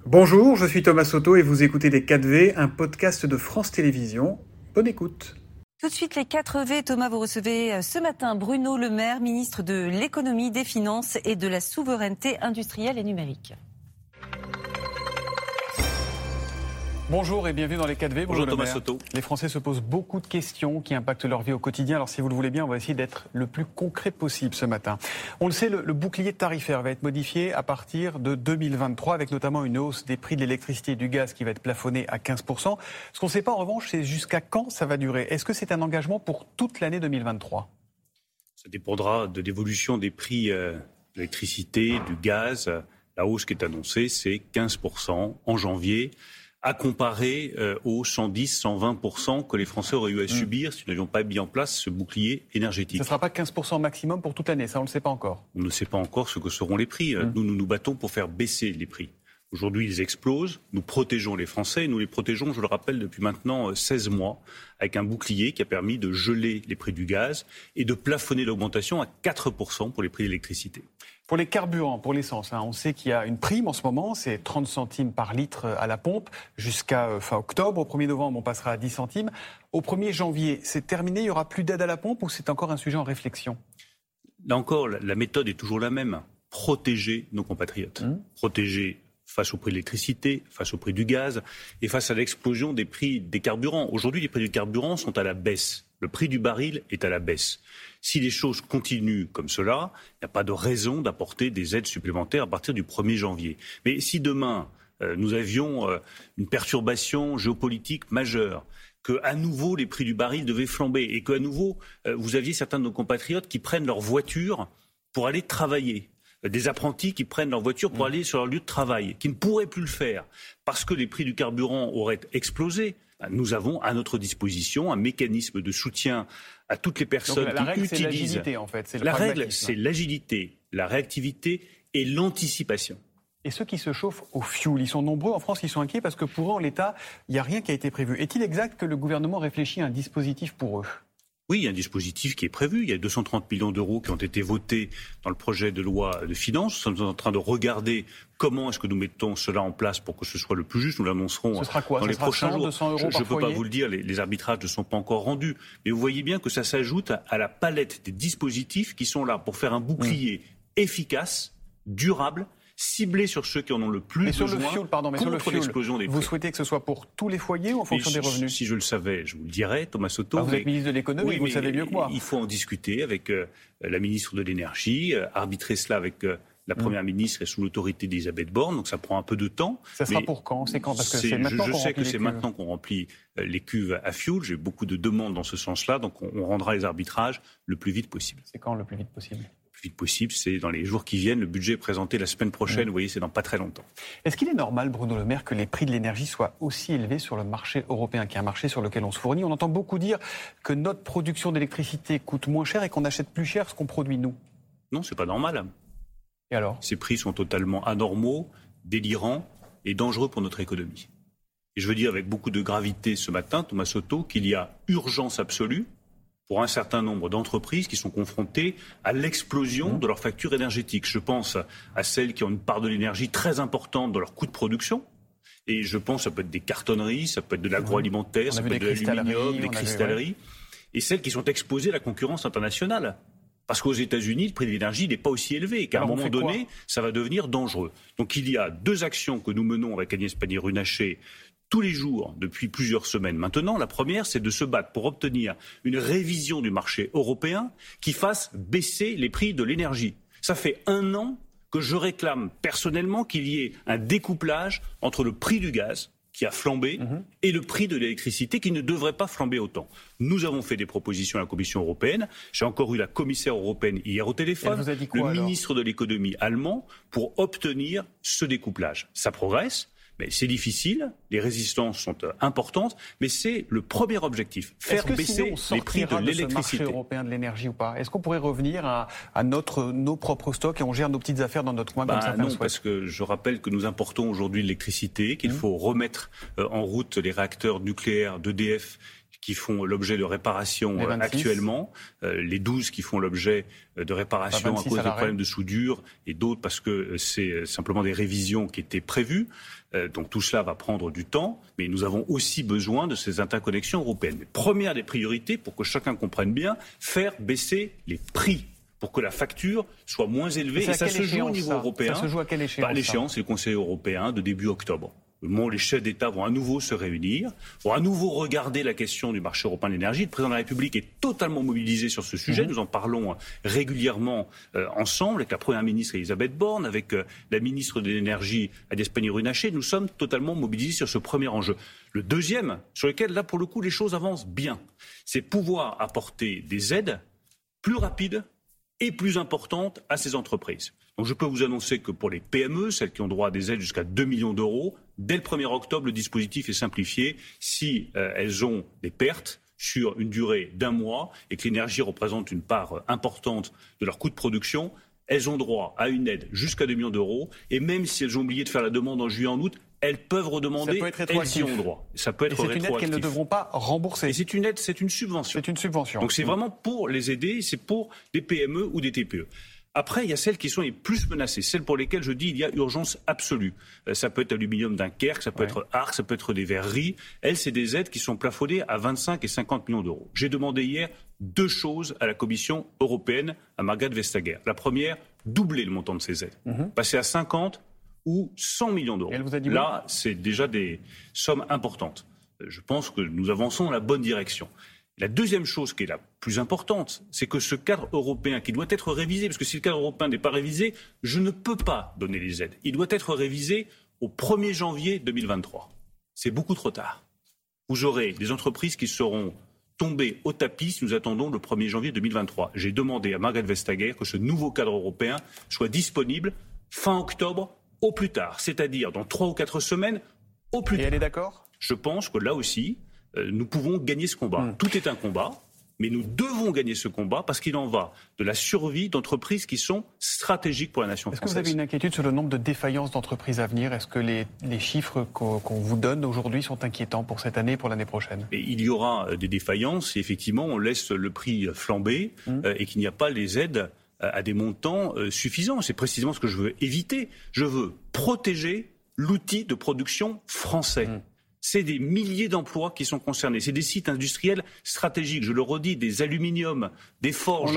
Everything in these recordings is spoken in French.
Bonjour, je suis Thomas Soto et vous écoutez Les 4V, un podcast de France Télévisions. Bonne écoute. Tout de suite, les 4V. Thomas, vous recevez ce matin Bruno Le Maire, ministre de l'économie, des finances et de la souveraineté industrielle et numérique. Bonjour et bienvenue dans les 4V. Bonjour Thomas Soto. Les Français se posent beaucoup de questions qui impactent leur vie au quotidien. Alors si vous le voulez bien, on va essayer d'être le plus concret possible ce matin. On le sait, le bouclier tarifaire va être modifié à partir de 2023 avec notamment une hausse des prix de l'électricité et du gaz qui va être plafonnée à 15%. Ce qu'on ne sait pas en revanche, c'est jusqu'à quand ça va durer. Est-ce que c'est un engagement pour toute l'année 2023 ? Ça dépendra de l'évolution des prix de l'électricité, du gaz. La hausse qui est annoncée, c'est 15% en janvier. À comparer aux 110-120% que les Français auraient eu à subir si nous n'avions pas mis en place ce bouclier énergétique. Ce ne sera pas 15% maximum pour toute l'année, ça on ne le sait pas encore. On ne sait pas encore ce que seront les prix. Nous nous battons pour faire baisser les prix. Aujourd'hui, ils explosent. Nous protégeons les Français. Nous les protégeons, je le rappelle, depuis maintenant 16 mois, avec un bouclier qui a permis de geler les prix du gaz et de plafonner l'augmentation à 4% pour les prix de l'électricité. Pour les carburants, pour l'essence, on sait qu'il y a une prime en ce moment, c'est 30 centimes par litre à la pompe jusqu'à fin octobre. Au 1er novembre, on passera à 10 centimes. Au 1er janvier, c'est terminé, il n'y aura plus d'aide à la pompe ou c'est encore un sujet en réflexion ? Là encore, la méthode est toujours la même. Protéger nos compatriotes. Protéger face au prix de l'électricité, face au prix du gaz et face à l'explosion des prix des carburants. Aujourd'hui, les prix du carburant sont à la baisse. Le prix du baril est à la baisse. Si les choses continuent comme cela, il n'y a pas de raison d'apporter des aides supplémentaires à partir du 1er janvier. Mais si demain, nous avions une perturbation géopolitique majeure, qu'à nouveau les prix du baril devaient flamber et qu'à nouveau vous aviez certains de nos compatriotes qui prennent leur voiture pour aller travailler, des apprentis qui prennent leur voiture pour aller sur leur lieu de travail, qui ne pourraient plus le faire parce que les prix du carburant auraient explosé, nous avons à notre disposition un mécanisme de soutien à toutes les personnes donc, la règle, qui utilisent. C'est l'agilité, en fait. La règle, c'est l'agilité, la réactivité et l'anticipation. Et ceux qui se chauffent au fioul, ils sont nombreux en France qui sont inquiets parce que pour eux, en l'État, il n'y a rien qui a été prévu. Est-il exact que le gouvernement réfléchit à un dispositif pour eux ? Oui, il y a un dispositif qui est prévu. Il y a 230 millions d'euros qui ont été votés dans le projet de loi de finances. Nous sommes en train de regarder comment est-ce que nous mettons cela en place pour que ce soit le plus juste. Nous l'annoncerons dans les prochains jours. 200 euros je ne peux pas vous le dire, les arbitrages ne sont pas encore rendus. Mais vous voyez bien que ça s'ajoute à la palette des dispositifs qui sont là pour faire un bouclier efficace, durable, ciblé sur ceux qui en ont le plus besoin. Sur le fioul, contre l'explosion des prix. Vous souhaitez que ce soit pour tous les foyers ou en fonction des revenus ? Si je le savais, je vous le dirais, Thomas Soto. Vous êtes ministre de l'économie, vous le savez mieux que moi. Il faut en discuter avec la ministre de l'énergie, arbitrer cela avec la première ministre et sous l'autorité d'Elisabeth Borne. Donc ça prend un peu de temps. Ça sera pour quand ? C'est quand ? Parce que c'est maintenant je qu'on sais que c'est cuves. maintenant qu'on remplit les cuves à fioul. J'ai beaucoup de demandes dans ce sens-là. Donc on rendra les arbitrages le plus vite possible. C'est quand le plus vite possible ? Le plus vite possible, c'est dans les jours qui viennent. Le budget est présenté la semaine prochaine. Vous voyez, c'est dans pas très longtemps. Est-ce qu'il est normal, Bruno Le Maire, que les prix de l'énergie soient aussi élevés sur le marché européen, qui est un marché sur lequel on se fournit ? On entend beaucoup dire que notre production d'électricité coûte moins cher et qu'on achète plus cher ce qu'on produit nous. Non, c'est pas normal. Et alors ? Ces prix sont totalement anormaux, délirants et dangereux pour notre économie. Et je veux dire avec beaucoup de gravité ce matin, Thomas Soto, qu'il y a urgence absolue pour un certain nombre d'entreprises qui sont confrontées à l'explosion de leurs factures énergétiques. Je pense à celles qui ont une part de l'énergie très importante dans leur coût de production. Et je pense, ça peut être des cartonneries, ça peut être de l'agroalimentaire, ça peut être de l'aluminium, des cristalleries. Et celles qui sont exposées à la concurrence internationale. Parce qu'aux États-Unis, le prix de l'énergie n'est pas aussi élevé. Qu'à un moment donné, ça va devenir dangereux. Donc il y a 2 actions que nous menons avec Agnès Pannier-Runacher tous les jours depuis plusieurs semaines maintenant. La première, c'est de se battre pour obtenir une révision du marché européen qui fasse baisser les prix de l'énergie. Ça fait 1 an que je réclame personnellement qu'il y ait un découplage entre le prix du gaz, qui a flambé, et le prix de l'électricité qui ne devrait pas flamber autant. Nous avons fait des propositions à la Commission européenne. J'ai encore eu la commissaire européenne hier au téléphone, vous a dit quoi, le ministre de l'économie allemand, pour obtenir ce découplage. Ça progresse. Mais c'est difficile, les résistances sont importantes, mais c'est le premier objectif, faire baisser les prix de l'électricité. Ce marché européen de l'énergie ou pas ? Est-ce qu'on pourrait revenir à nos propres stocks et on gère nos petites affaires dans notre coin comme certains le souhaitent ? Non, parce que je rappelle que nous importons aujourd'hui de l'électricité, qu'il faut remettre en route les réacteurs nucléaires d'EDF qui font l'objet de réparation actuellement, les 12 qui font l'objet de réparation à cause de problèmes de soudure et d'autres parce que c'est simplement des révisions qui étaient prévues. Donc tout cela va prendre du temps, mais nous avons aussi besoin de ces interconnexions européennes. Mais première des priorités, pour que chacun comprenne bien, faire baisser les prix pour que la facture soit moins élevée. Et ça se joue au niveau européen. Ça se joue à quelle échéance? L'échéance, c'est le Conseil européen de début octobre. Le moment où les chefs d'État vont à nouveau se réunir, vont à nouveau regarder la question du marché européen de l'énergie. Le président de la République est totalement mobilisé sur ce sujet. Nous en parlons régulièrement ensemble avec la première ministre Elisabeth Borne, avec la ministre de l'énergie Agnès Pannier-Runacher. Nous sommes totalement mobilisés sur ce premier enjeu. Le deuxième, sur lequel là pour le coup les choses avancent bien, c'est pouvoir apporter des aides plus rapides et plus importantes à ces entreprises. Donc je peux vous annoncer que pour les PME, celles qui ont droit à des aides jusqu'à 2 millions d'euros, dès le 1er octobre, le dispositif est simplifié. Si elles ont des pertes sur une durée d'1 mois et que l'énergie représente une part importante de leur coût de production, elles ont droit à une aide jusqu'à 2 millions d'euros. Et même si elles ont oublié de faire la demande en juillet, en août, elles peuvent redemander, elles y ont droit. Ça peut être rétroactif. C'est une aide qu'elles ne devront pas rembourser. Et c'est une aide, c'est une subvention. C'est une subvention. Donc c'est vraiment pour les aider, c'est pour des PME ou des TPE. Après, il y a celles qui sont les plus menacées, celles pour lesquelles je dis il y a urgence absolue. Ça peut être Aluminium Dunkerque, ça peut être Arc, ça peut être des verreries. Elles, c'est des aides qui sont plafonnées à 25 et 50 millions d'euros. J'ai demandé hier 2 choses à la Commission européenne, à Margrethe Vestager. La première, doubler le montant de ces aides. Passer à 50 ou 100 millions d'euros. Elle vous a dit là, c'est déjà des sommes importantes. Je pense que nous avançons dans la bonne direction. La deuxième chose qui est la plus importante, c'est que ce cadre européen qui doit être révisé, parce que si le cadre européen n'est pas révisé, je ne peux pas donner les aides. Il doit être révisé au 1er janvier 2023. C'est beaucoup trop tard. Vous aurez des entreprises qui seront tombées au tapis si nous attendons le 1er janvier 2023. J'ai demandé à Margrethe Vestager que ce nouveau cadre européen soit disponible fin octobre au plus tard, c'est-à-dire dans 3 ou 4 semaines au plus tard. Et elle est d'accord ? Je pense que là aussi, nous pouvons gagner ce combat. Tout est un combat, mais nous devons gagner ce combat parce qu'il en va de la survie d'entreprises qui sont stratégiques pour la nation française. Est-ce que vous avez une inquiétude sur le nombre de défaillances d'entreprises à venir ? Est-ce que les chiffres qu'on vous donne aujourd'hui sont inquiétants pour cette année et pour l'année prochaine ? Et il y aura des défaillances si effectivement on laisse le prix flamber et qu'il n'y a pas les aides à des montants suffisants. C'est précisément ce que je veux éviter. Je veux protéger l'outil de production français. C'est des milliers d'emplois qui sont concernés. C'est des sites industriels stratégiques. Je le redis, des aluminiums, des forges,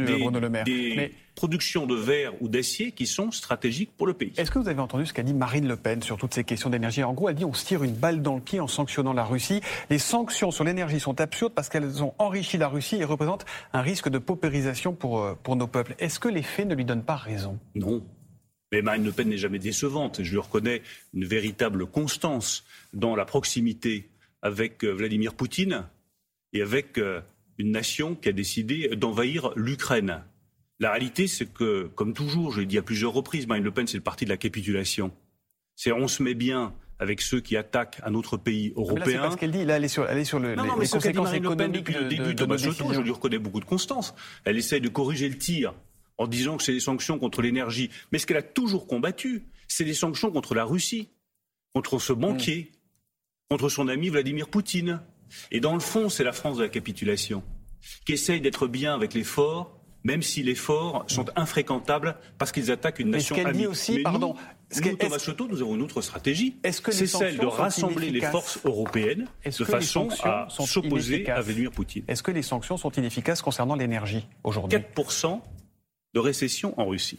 des productions de verre ou d'acier qui sont stratégiques pour le pays. Est-ce que vous avez entendu ce qu'a dit Marine Le Pen sur toutes ces questions d'énergie ? En gros, elle dit on se tire une balle dans le pied en sanctionnant la Russie. Les sanctions sur l'énergie sont absurdes parce qu'elles ont enrichi la Russie et représentent un risque de paupérisation pour nos peuples. Est-ce que les faits ne lui donnent pas raison ? Non. Mais Marine Le Pen n'est jamais décevante. Je lui reconnais une véritable constance dans la proximité avec Vladimir Poutine et avec une nation qui a décidé d'envahir l'Ukraine. La réalité, c'est que, comme toujours, je l'ai dit à plusieurs reprises, Marine Le Pen, c'est le parti de la capitulation. On se met bien avec ceux qui attaquent un autre pays européen. Là, c'est pas ce qu'elle dit. Là, elle est sur les conséquences économiques depuis le début de Thomas Soto, je lui reconnais beaucoup de constance. Elle essaye de corriger le tir en disant que c'est des sanctions contre l'énergie. Mais ce qu'elle a toujours combattu, c'est des sanctions contre la Russie, contre ce banquier, contre son ami Vladimir Poutine. Et dans le fond, c'est la France de la capitulation, qui essaye d'être bien avec les forts, même si les forts sont infréquentables parce qu'ils attaquent une nation amie. Dit aussi, nous, Thomas Soto, nous avons une autre stratégie. C'est celle de rassembler les forces européennes de façon à s'opposer à Vladimir Poutine. Est-ce que les sanctions sont inefficaces concernant l'énergie aujourd'hui ? 4% de récession en Russie.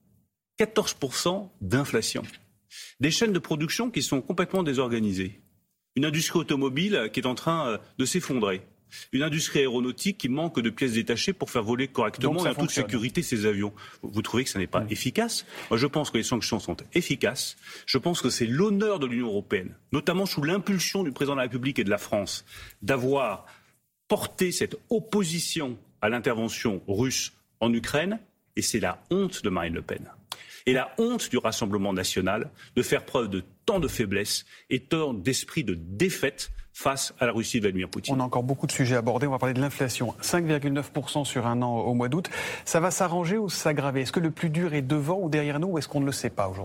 14% d'inflation. Des chaînes de production qui sont complètement désorganisées. Une industrie automobile qui est en train de s'effondrer. Une industrie aéronautique qui manque de pièces détachées pour faire voler correctement et en toute sécurité ces avions. Vous trouvez que ça n'est pas efficace ? Moi, je pense que les sanctions sont efficaces. Je pense que c'est l'honneur de l'Union européenne, notamment sous l'impulsion du président de la République et de la France, d'avoir porté cette opposition à l'intervention russe en Ukraine. Et c'est la honte de Marine Le Pen. Et la honte du Rassemblement national de faire preuve de tant de faiblesse et tant d'esprit de défaite face à la Russie de Vladimir Poutine. On a encore beaucoup de sujets abordés. On va parler de l'inflation. 5,9% sur un an au mois d'août. Ça va s'arranger ou s'aggraver ? Est-ce que le plus dur est devant ou derrière nous ou est-ce qu'on ne le sait pas aujourd'hui ?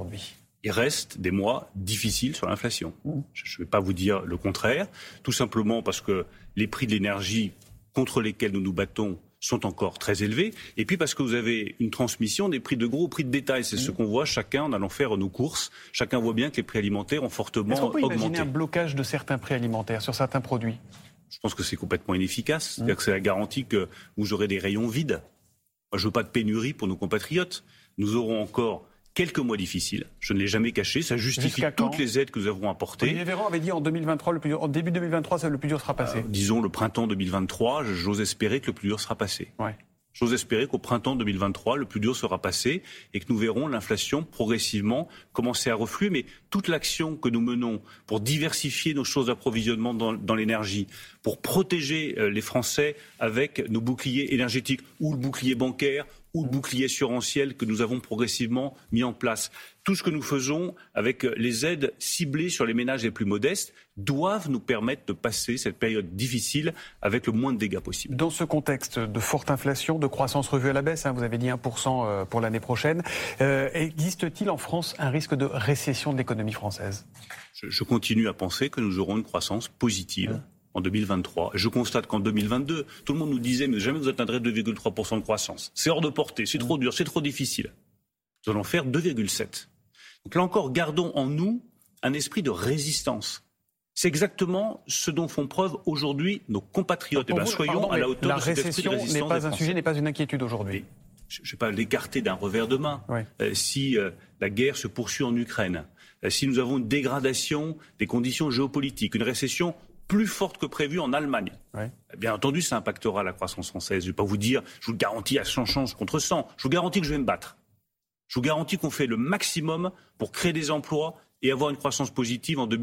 Il reste des mois difficiles sur l'inflation. Je ne vais pas vous dire le contraire, tout simplement parce que les prix de l'énergie contre lesquels nous nous battons sont encore très élevés, et puis parce que vous avez une transmission des prix de gros aux prix de détail. C'est ce qu'on voit chacun en allant faire nos courses. Chacun voit bien que les prix alimentaires ont fortement augmenté. Est-ce qu'on peut imaginer un blocage de certains prix alimentaires sur certains produits ? Je pense que c'est complètement inefficace. C'est-à-dire que c'est la garantie que vous aurez des rayons vides. Moi, je veux pas de pénurie pour nos compatriotes. Nous aurons encore quelques mois difficiles. Je ne l'ai jamais caché. Ça justifie toutes les aides que nous avons apportées. Olivier Véran avait dit en 2023, en début 2023, le plus dur sera passé. Disons le printemps 2023, j'ose espérer que le plus dur sera passé. Ouais. J'ose espérer qu'au printemps 2023, le plus dur sera passé et que nous verrons l'inflation progressivement commencer à refluer. Mais toute l'action que nous menons pour diversifier nos sources d'approvisionnement dans l'énergie, pour protéger les Français avec nos boucliers énergétiques ou le bouclier bancaire ou le bouclier assurantiel que nous avons progressivement mis en place. Tout ce que nous faisons avec les aides ciblées sur les ménages les plus modestes doivent nous permettre de passer cette période difficile avec le moins de dégâts possible. Dans ce contexte de forte inflation, de croissance revue à la baisse, vous avez dit 1% pour l'année prochaine, existe-t-il en France un risque de récession de l'économie française ? Je continue à penser que nous aurons une croissance positive. En 2023. Je constate qu'en 2022, tout le monde nous disait mais jamais vous atteindrez 2,3% de croissance. C'est hors de portée, c'est trop dur, c'est trop difficile. Nous allons faire 2,7%. Donc là encore, gardons en nous un esprit de résistance. C'est exactement ce dont font preuve aujourd'hui nos compatriotes. Soyons à la hauteur de cet esprit de résistance. La récession n'est pas un sujet, n'est pas une inquiétude aujourd'hui. Je ne vais pas l'écarter d'un revers de main. Oui. Si la guerre se poursuit en Ukraine, si nous avons une dégradation des conditions géopolitiques, une récession plus forte que prévu en Allemagne. Ouais. Bien entendu, ça impactera la croissance française. Je ne vais pas vous dire, je vous le garantis à 100 chances contre 100. Je vous garantis que je vais me battre. Je vous garantis qu'on fait le maximum pour créer des emplois et avoir une croissance positive en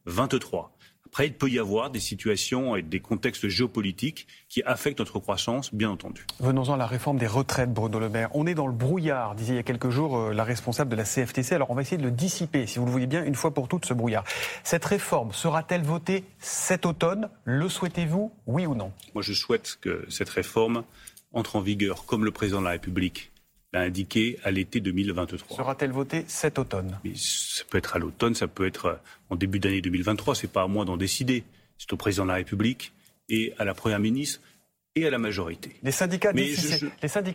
2023. Après, il peut y avoir des situations et des contextes géopolitiques qui affectent notre croissance, bien entendu. Venons-en à la réforme des retraites, Bruno Le Maire. On est dans le brouillard, disait il y a quelques jours la responsable de la CFTC. Alors on va essayer de le dissiper, si vous le voulez bien, une fois pour toutes, ce brouillard. Cette réforme sera-t-elle votée cet automne ? Le souhaitez-vous, oui ou non ? Moi, je souhaite que cette réforme entre en vigueur, comme le président de la République l'a indiqué, à l'été 2023. Sera-t-elle votée cet automne ? Mais ça peut être à l'automne, ça peut être en début d'année 2023. C'est pas à moi d'en décider. C'est au président de la République et à la Première ministre et à la majorité. Les syndicats disent,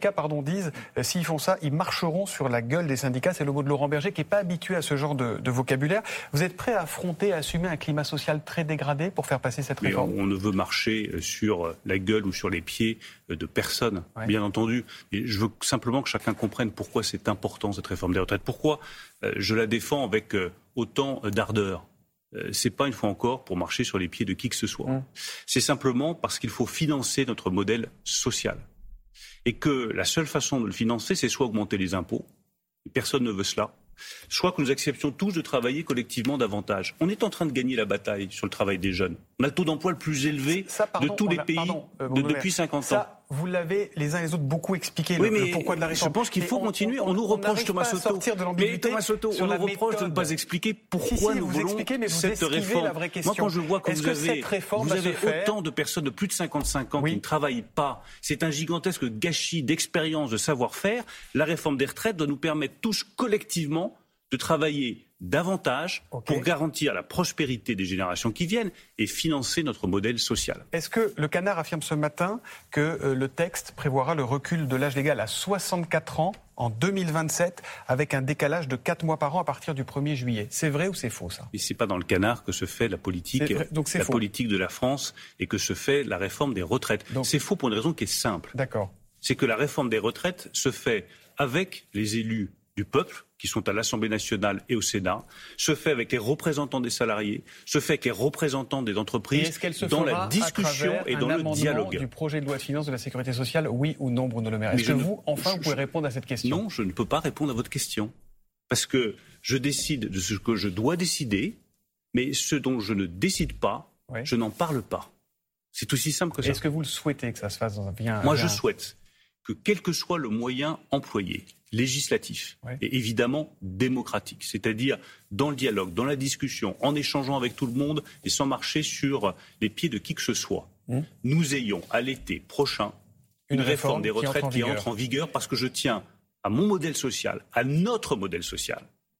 s'ils font ça, ils marcheront sur la gueule des syndicats. C'est le mot de Laurent Berger, qui n'est pas habitué à ce genre de vocabulaire. Vous êtes prêt à affronter, à assumer un climat social très dégradé pour faire passer cette réforme ? On ne veut marcher sur la gueule ou sur les pieds de personne, bien entendu. Et je veux simplement que chacun comprenne pourquoi c'est important, cette réforme des retraites. Pourquoi je la défends avec autant d'ardeur. C'est pas, une fois encore, pour marcher sur les pieds de qui que ce soit. C'est simplement parce qu'il faut financer notre modèle social. Et que la seule façon de le financer, c'est soit augmenter les impôts, et personne ne veut cela, soit que nous acceptions tous de travailler collectivement davantage. On est en train de gagner la bataille sur le travail des jeunes. On a le taux d'emploi le plus élevé de tous les pays depuis 50 ans. Vous l'avez les uns et les autres beaucoup expliqué, le pourquoi de la réforme. Je pense qu'il faut continuer. On nous reproche, Thomas Soto, on nous reproche de ne pas expliquer pourquoi nous voulons cette réforme. Moi, quand je vois que vous avez autant de personnes de plus de 55 ans qui ne travaillent pas, c'est un gigantesque gâchis d'expérience, de savoir-faire. La réforme des retraites doit nous permettre tous collectivement de travailler davantage pour garantir la prospérité des générations qui viennent et financer notre modèle social. Est-ce que le Canard affirme ce matin que le texte prévoira le recul de l'âge légal à 64 ans en 2027 avec un décalage de 4 mois par an à partir du 1er juillet ? C'est vrai ou c'est faux, ça ? Mais c'est pas dans le Canard que se fait la politique, politique de la France et que se fait la réforme des retraites. C'est faux pour une raison qui est simple. D'accord. C'est que la réforme des retraites se fait avec les élus du peuple, qui sont à l'Assemblée nationale et au Sénat, se fait avec les représentants des salariés, se fait avec les représentants des entreprises, dans la discussion et dans le dialogue. Du projet de loi de finances de la Sécurité sociale, oui ou non, Bruno Le Maire ? Est-ce que vous pouvez répondre à cette question ? Non, je ne peux pas répondre à votre question. Parce que je décide de ce que je dois décider, mais ce dont je ne décide pas, je n'en parle pas. C'est aussi simple que ça. Est-ce que vous le souhaitez que ça se fasse dans un bien... Moi, je souhaite que quel que soit le moyen employé, législatif et évidemment démocratique, c'est-à-dire dans le dialogue, dans la discussion, en échangeant avec tout le monde et sans marcher sur les pieds de qui que ce soit, nous ayons à l'été prochain une réforme des retraites qui entre en vigueur parce que je tiens à mon modèle social, à notre modèle social.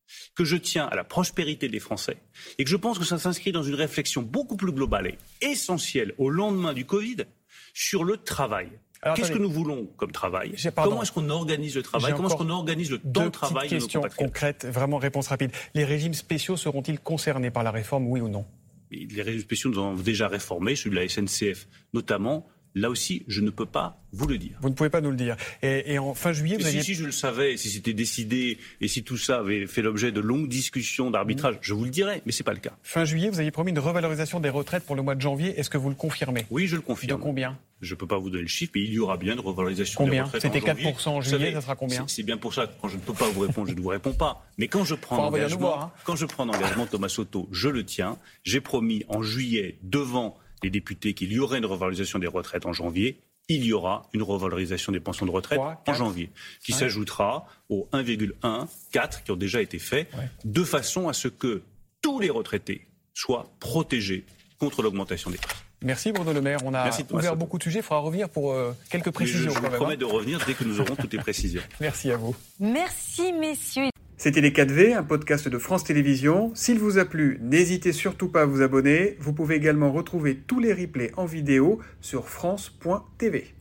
que je tiens à la prospérité des Français et que je pense que ça s'inscrit dans une réflexion beaucoup plus globale et essentielle au lendemain du Covid sur le travail. Alors, qu'est-ce que nous voulons comme travail ? Comment est-ce qu'on organise le travail ? Comment est-ce qu'on organise le temps de travail de nos compatriotes ? Questions concrètes, vraiment réponse rapide. Les régimes spéciaux seront-ils concernés par la réforme, oui ou non ? Les régimes spéciaux, nous en avons déjà réformé, celui de la SNCF notamment. Là aussi, je ne peux pas vous le dire. Vous ne pouvez pas nous le dire. Et en fin juillet, Si je le savais, si c'était décidé et si tout ça avait fait l'objet de longues discussions d'arbitrage, je vous le dirais, mais ce n'est pas le cas. Fin juillet, vous aviez promis une revalorisation des retraites pour le mois de janvier. Est-ce que vous le confirmez ? Oui, je le confirme. De combien ? Je ne peux pas vous donner le chiffre, mais il y aura bien une revalorisation des retraites en janvier. C'était 4% en juillet, ça sera combien ? C'est bien pour ça que quand je ne peux pas vous répondre, je ne vous réponds pas. Mais quand je prends l'engagement, Thomas Soto, je le tiens. J'ai promis en juillet devant les députés qu'il y aurait une revalorisation des retraites en janvier. Il y aura une revalorisation des pensions de retraite en janvier, qui s'ajoutera aux 1,14 qui ont déjà été faits, de façon à ce que tous les retraités soient protégés contre l'augmentation des prix. Merci Bruno Le Maire. On a ouvert beaucoup de sujets. Il faudra revenir pour quelques précisions. Je vous promets de revenir dès que nous aurons toutes les précisions. Merci à vous. Merci messieurs. C'était Les 4V, un podcast de France Télévisions. S'il vous a plu, n'hésitez surtout pas à vous abonner. Vous pouvez également retrouver tous les replays en vidéo sur France.tv.